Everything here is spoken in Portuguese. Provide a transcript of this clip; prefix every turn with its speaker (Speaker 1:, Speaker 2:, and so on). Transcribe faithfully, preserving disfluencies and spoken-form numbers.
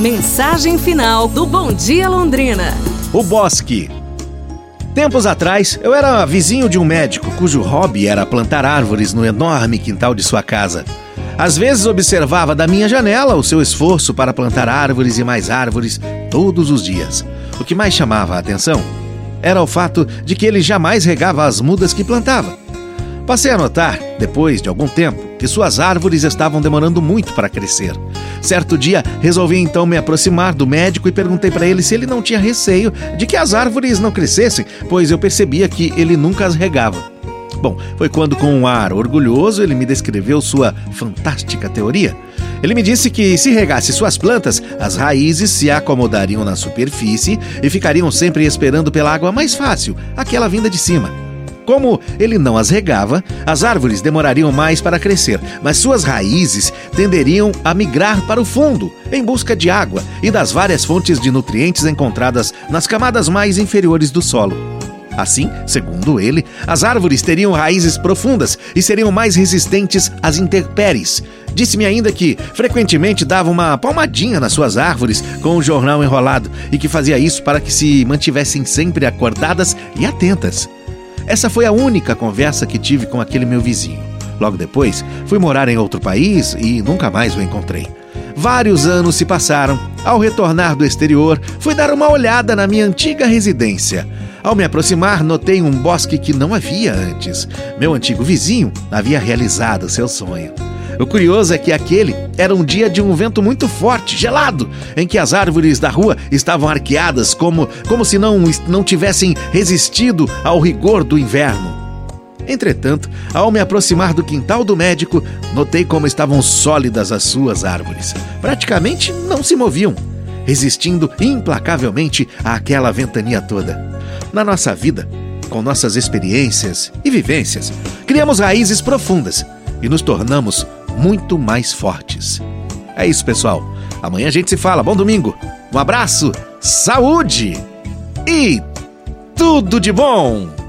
Speaker 1: Mensagem final do Bom Dia Londrina.
Speaker 2: O bosque. Tempos atrás, eu era vizinho de um médico cujo hobby era plantar árvores no enorme quintal de sua casa. Às vezes observava da minha janela o seu esforço para plantar árvores e mais árvores todos os dias. O que mais chamava a atenção era o fato de que ele jamais regava as mudas que plantava. Passei a notar, depois de algum tempo, que suas árvores estavam demorando muito para crescer. Certo dia, resolvi então me aproximar do médico e perguntei para ele se ele não tinha receio de que as árvores não crescessem, pois eu percebia que ele nunca as regava. Bom, foi quando, com um ar orgulhoso, ele me descreveu sua fantástica teoria. Ele me disse que, se regasse suas plantas, as raízes se acomodariam na superfície e ficariam sempre esperando pela água mais fácil, aquela vinda de cima. Como ele não as regava, as árvores demorariam mais para crescer, mas suas raízes tenderiam a migrar para o fundo, em busca de água e das várias fontes de nutrientes encontradas nas camadas mais inferiores do solo. Assim, segundo ele, as árvores teriam raízes profundas e seriam mais resistentes às intempéries. Disse-me ainda que frequentemente dava uma palmadinha nas suas árvores com o jornal enrolado e que fazia isso para que se mantivessem sempre acordadas e atentas. Essa foi a única conversa que tive com aquele meu vizinho. Logo depois, fui morar em outro país e nunca mais o encontrei. Vários anos se passaram. Ao retornar do exterior, fui dar uma olhada na minha antiga residência. Ao me aproximar, notei um bosque que não havia antes. Meu antigo vizinho havia realizado seu sonho. O curioso é que aquele era um dia de um vento muito forte, gelado, em que as árvores da rua estavam arqueadas como, como se não, não tivessem resistido ao rigor do inverno. Entretanto, ao me aproximar do quintal do médico, notei como estavam sólidas as suas árvores. Praticamente não se moviam, resistindo implacavelmente àquela ventania toda. Na nossa vida, com nossas experiências e vivências, criamos raízes profundas e nos tornamos muito mais fortes. É isso, pessoal. Amanhã a gente se fala. Bom domingo. Um abraço, saúde e tudo de bom!